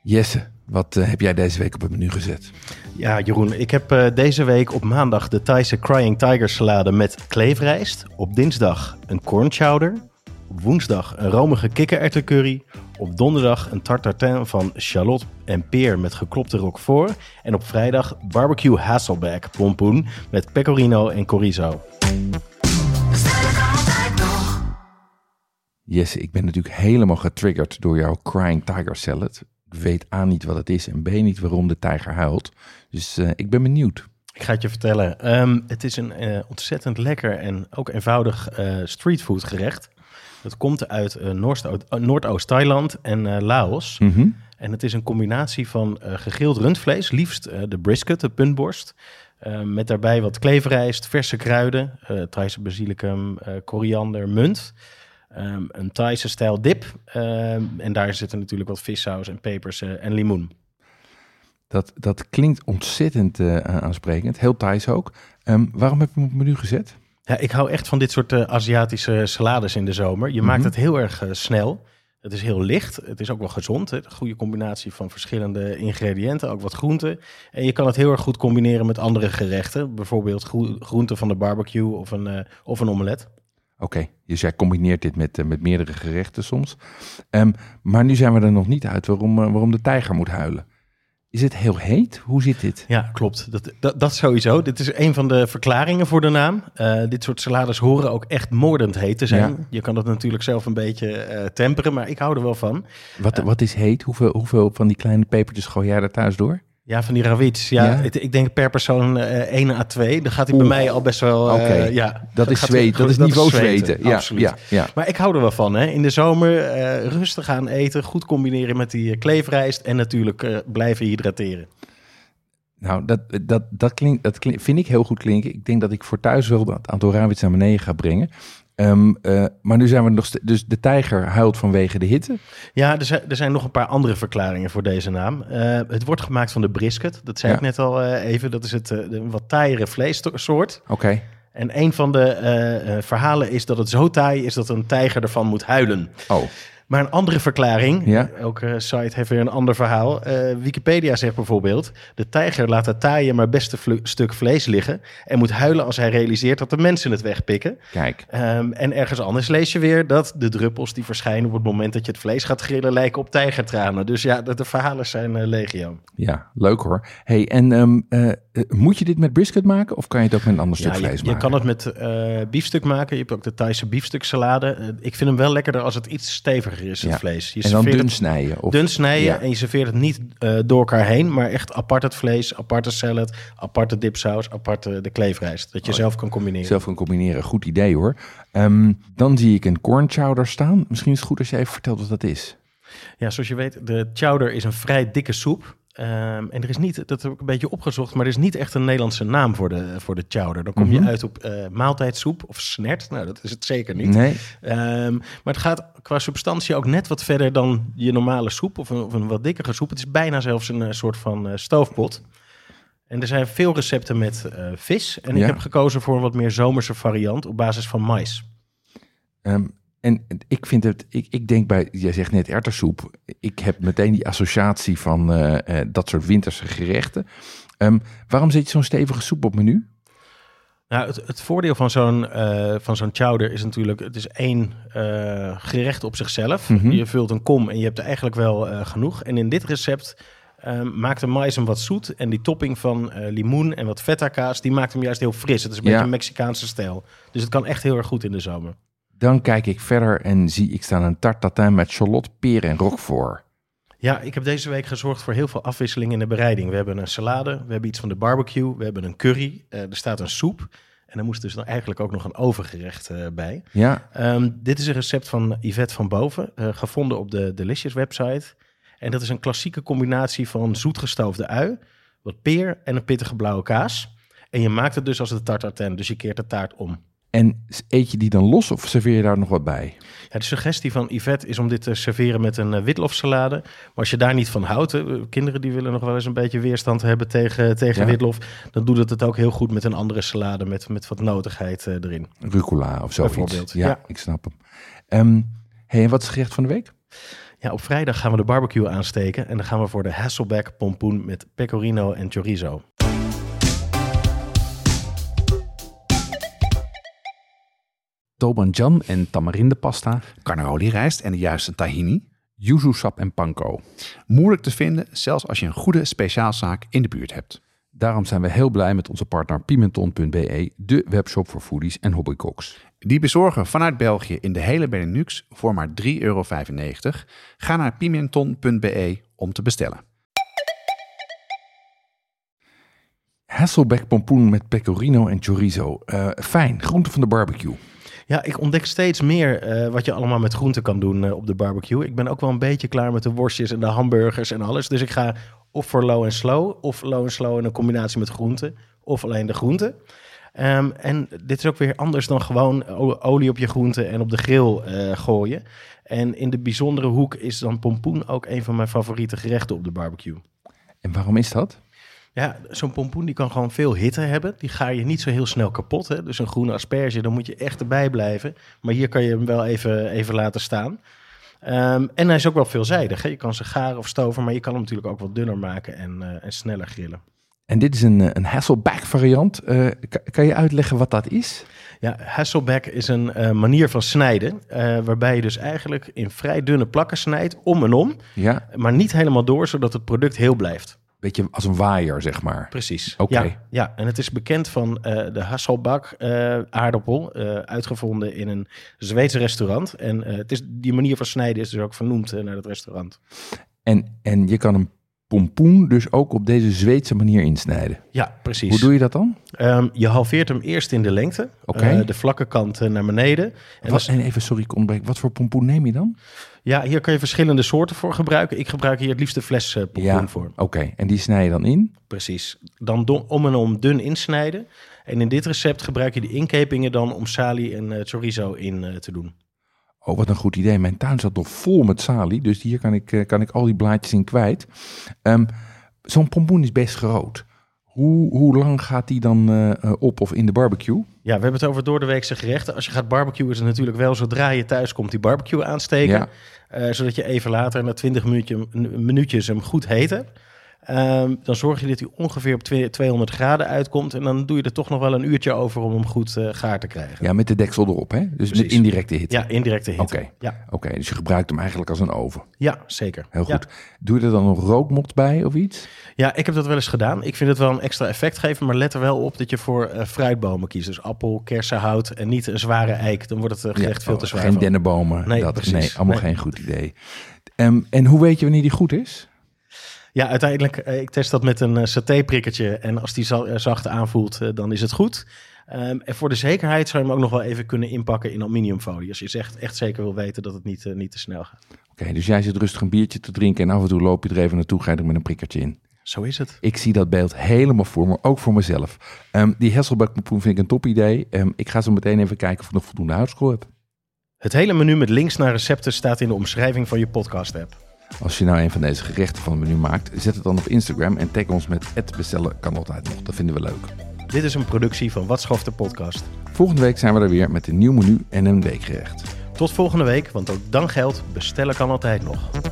Jesse, wat heb jij deze week op het menu gezet? Ja, Jeroen, ik heb deze week op maandag de Thaise Crying Tiger salade met kleefrijst. Op dinsdag een corn chowder. Op woensdag een romige kikkererwtencurry. Op donderdag een tarte tatin van shallot en peer met geklopte roquefort. En op vrijdag barbecue Hasselback pompoen met pecorino en chorizo. Jesse, ik ben natuurlijk helemaal getriggerd door jouw Crying Tiger salad. Ik weet A niet wat het is en B niet waarom de tijger huilt. Dus ik ben benieuwd. Ik ga het je vertellen. Het is een ontzettend lekker en ook eenvoudig streetfood gerecht. Het komt uit Noordoost-Thailand en Laos. Mm-hmm. En het is een combinatie van gegrild rundvlees, liefst de brisket, de puntborst. Met daarbij wat kleefrijst, verse kruiden, Thaise basilicum, koriander, munt. Een Thaise stijl dip. En daar zitten natuurlijk wat vissaus en pepers en limoen. Dat klinkt ontzettend aansprekend. Heel Thais ook. Waarom heb je hem op het menu gezet? Ja, ik hou echt van dit soort Aziatische salades in de zomer. Je maakt het heel erg snel. Het is heel licht. Het is ook wel gezond. Hè? Een goede combinatie van verschillende ingrediënten. Ook wat groenten. En je kan het heel erg goed combineren met andere gerechten. Bijvoorbeeld groenten van de barbecue of een omelet. Oké, dus jij combineert dit met meerdere gerechten soms. Maar nu zijn we er nog niet uit waarom de tijger moet huilen. Is het heel heet? Hoe zit dit? Ja, klopt. Dat sowieso. Dit is een van de verklaringen voor de naam. Dit soort salades horen ook echt moordend heet te zijn. Ja. Je kan dat natuurlijk zelf een beetje temperen, maar ik hou er wel van. Wat is heet? Hoeveel van die kleine pepertjes gooi jij er thuis door? Ja, van die rawits. Ja. Ik denk per persoon 1 à 2. Dan gaat hij bij mij al best wel... dat is zweet. Dat is niveau zweten. Ja, absoluut. Ja. Maar ik hou er wel van. Hè. In de zomer rustig aan eten. Goed combineren met die kleefrijst. En natuurlijk blijven hydrateren. Nou, dat vind ik heel goed klinken. Ik denk dat ik voor thuis wel het aantal rawits naar beneden ga brengen. Maar nu zijn we nog steeds... Dus de tijger huilt vanwege de hitte? Ja, er zijn nog een paar andere verklaringen voor deze naam. Het wordt gemaakt van de brisket. Dat zei ik net al even. Dat is een wat taaiere vleessoort. Oké. En een van de verhalen is dat het zo taai is dat een tijger ervan moet huilen. Oh. Maar een andere verklaring, elke site heeft weer een ander verhaal. Wikipedia zegt bijvoorbeeld, de tijger laat het taaie maar beste stuk vlees liggen en moet huilen als hij realiseert dat de mensen het wegpikken. Kijk. En ergens anders lees je weer dat de druppels die verschijnen op het moment dat je het vlees gaat grillen lijken op tijgertranen. Dus ja, de verhalen zijn legio. Ja, leuk hoor. Hey, en moet je dit met brisket maken of kan je het ook met een ander stuk vlees maken? Je kan het met biefstuk maken. Je hebt ook de Thaise biefstuksalade. Ik vind hem wel lekkerder als het iets steviger is, het vlees. En dan dun snijden? Dun snijden en je serveert het niet door elkaar heen, maar echt apart het vlees, apart de salad, apart de dipsaus, apart de kleefrijst. Dat je zelf kan combineren. Zelf kan combineren, goed idee hoor. Dan zie ik een corn chowder staan. Misschien is het goed als je even vertelt wat dat is. Ja, zoals je weet, de chowder is een vrij dikke soep. En er is niet, dat heb ik een beetje opgezocht, maar er is niet echt een Nederlandse naam voor de chowder. Dan kom je uit op maaltijdsoep of snert. Nou, dat is het zeker niet. Nee. Maar het gaat qua substantie ook net wat verder dan je normale soep of een wat dikkere soep. Het is bijna zelfs een soort van stoofpot. En er zijn veel recepten met vis. En ik heb gekozen voor een wat meer zomerse variant op basis van mais. En ik vind het, ik denk bij, jij zegt net erwtensoep. Ik heb meteen die associatie van dat soort winterse gerechten. Waarom zet je zo'n stevige soep op menu? Nou, het voordeel van zo'n chowder is natuurlijk, het is één gerecht op zichzelf. Mm-hmm. Je vult een kom en je hebt er eigenlijk wel genoeg. En in dit recept maakt de mais hem wat zoet. En die topping van limoen en wat feta kaas, die maakt hem juist heel fris. Het is een beetje een Mexicaanse stijl. Dus het kan echt heel erg goed in de zomer. Dan kijk ik verder en zie ik staan een tarte tatin met shallot, peer en roquefort. Ja, ik heb deze week gezorgd voor heel veel afwisseling in de bereiding. We hebben een salade, we hebben iets van de barbecue, we hebben een curry, er staat een soep. En er moest dus eigenlijk ook nog een overgerecht bij. Ja. Dit is een recept van Yvette van Boven, gevonden op de Delicious website. En dat is een klassieke combinatie van zoetgestoofde ui, wat peer en een pittige blauwe kaas. En je maakt het dus als de tarte tatin, dus je keert de taart om. En eet je die dan los of serveer je daar nog wat bij? Ja, de suggestie van Yvette is om dit te serveren met een witlof-salade. Maar als je daar niet van houdt, kinderen die willen nog wel eens een beetje weerstand hebben tegen witlof, dan doet het ook heel goed met een andere salade met wat notigheid erin. Rucola of zoiets. Bijvoorbeeld. Ja, ik snap hem. Hey, en wat is het gerecht van de week? Ja, op vrijdag gaan we de barbecue aansteken en dan gaan we voor de Hasselback pompoen met pecorino en chorizo. Tobanjan en tamarindepasta, Carnaroli rijst en de juiste tahini. yuzu sap en panko. Moeilijk te vinden, zelfs als je een goede speciaalzaak in de buurt hebt. Daarom zijn we heel blij met onze partner Pimenton.be, de webshop voor foodies en hobbycooks. Die bezorgen vanuit België in de hele Benelux voor maar €3,95. Ga naar pimenton.be om te bestellen. Hasselback pompoen met pecorino en chorizo. Fijn, groente van de barbecue. Ja, ik ontdek steeds meer wat je allemaal met groenten kan doen op de barbecue. Ik ben ook wel een beetje klaar met de worstjes en de hamburgers en alles. Dus ik ga of voor low en slow, of low en slow in een combinatie met groenten, of alleen de groenten. En dit is ook weer anders dan gewoon olie op je groenten en op de grill gooien. En in de bijzondere hoek is dan pompoen ook een van mijn favoriete gerechten op de barbecue. En waarom is dat? Ja, zo'n pompoen die kan gewoon veel hitte hebben. Die ga je niet zo heel snel kapot. Hè? Dus een groene asperge, dan moet je echt erbij blijven. Maar hier kan je hem wel even laten staan. En hij is ook wel veelzijdig. Hè? Je kan ze garen of stoven, maar je kan hem natuurlijk ook wat dunner maken en sneller grillen. En dit is een Hasselback variant. Kan je uitleggen wat dat is? Ja, Hasselback is een manier van snijden, waarbij je dus eigenlijk in vrij dunne plakken snijdt, om en om. Ja, Maar niet helemaal door, zodat het product heel blijft. beetje als een waaier, zeg maar. Precies. Oké. Ja, en het is bekend van de Hasselback aardappel, uitgevonden in een Zweedse restaurant. En die manier van snijden is dus ook vernoemd naar het restaurant. En je kan een pompoen dus ook op deze Zweedse manier insnijden. Ja, precies. Hoe doe je dat dan? Je halveert hem eerst in de lengte, Oké. de vlakke kant naar beneden. En even, sorry, ik ontbreek. Wat voor pompoen neem je dan? Ja, hier kan je verschillende soorten voor gebruiken. Ik gebruik hier het liefst de fles pompoen voor. Oké. En die snij je dan in? Precies. Dan om en om dun insnijden. En in dit recept gebruik je de inkepingen dan om salie en chorizo in te doen. Oh, wat een goed idee. Mijn tuin zat nog vol met salie, dus hier kan ik al die blaadjes in kwijt. Zo'n pompoen is best groot. Hoe lang gaat die dan op of in de barbecue? Ja, we hebben het over doordeweekse gerechten. Als je gaat barbecuen is het natuurlijk wel zodra je thuis komt die barbecue aansteken. Zodat je even later, na 20 minuutjes hem goed heet hebt. Dan zorg je dat hij ongeveer op 200 graden uitkomt. En dan doe je er toch nog wel een uurtje over om hem goed gaar te krijgen. Ja, met de deksel erop, hè? Dus Precies. met indirecte hitte. Ja, indirecte hitte. Oké. Ja. Oké, dus je gebruikt hem eigenlijk als een oven. Ja, zeker. Heel goed. Ja. Doe je er dan nog rookmot bij of iets? Ja, ik heb dat wel eens gedaan. Ik vind het wel een extra effect geven, maar let er wel op dat je voor fruitbomen kiest. Dus appel, kersenhout en niet een zware eik. Dan wordt het gerecht veel te zwaar. Geen van. dennenbomen. Nee, precies. Nee, allemaal Nee. geen goed idee. En hoe weet je wanneer die goed is? Ja, uiteindelijk, ik test dat met een satéprikkertje. En als die zacht aanvoelt, dan is het goed. En voor de zekerheid zou je hem ook nog wel even kunnen inpakken in aluminiumfolie. Als je echt zeker wil weten dat het niet te snel gaat. Oké, dus jij zit rustig een biertje te drinken en af en toe loop je er even naartoe, ga je er met een prikkertje in. Zo is het. Ik zie dat beeld helemaal voor me, ook voor mezelf. Die Hasselback pompoen vind ik een top idee. Ik ga zo meteen even kijken of ik nog voldoende houtskool heb. Het hele menu met links naar recepten staat in de omschrijving van je podcast-app. Als je nou een van deze gerechten van het menu maakt, zet het dan op Instagram en tag ons met @bestellen kan altijd nog. Dat vinden we leuk. Dit is een productie van Wat Schoft de podcast. Volgende week zijn we er weer met een nieuw menu en een weekgerecht. Tot volgende week, want ook dan geldt, bestellen kan altijd nog.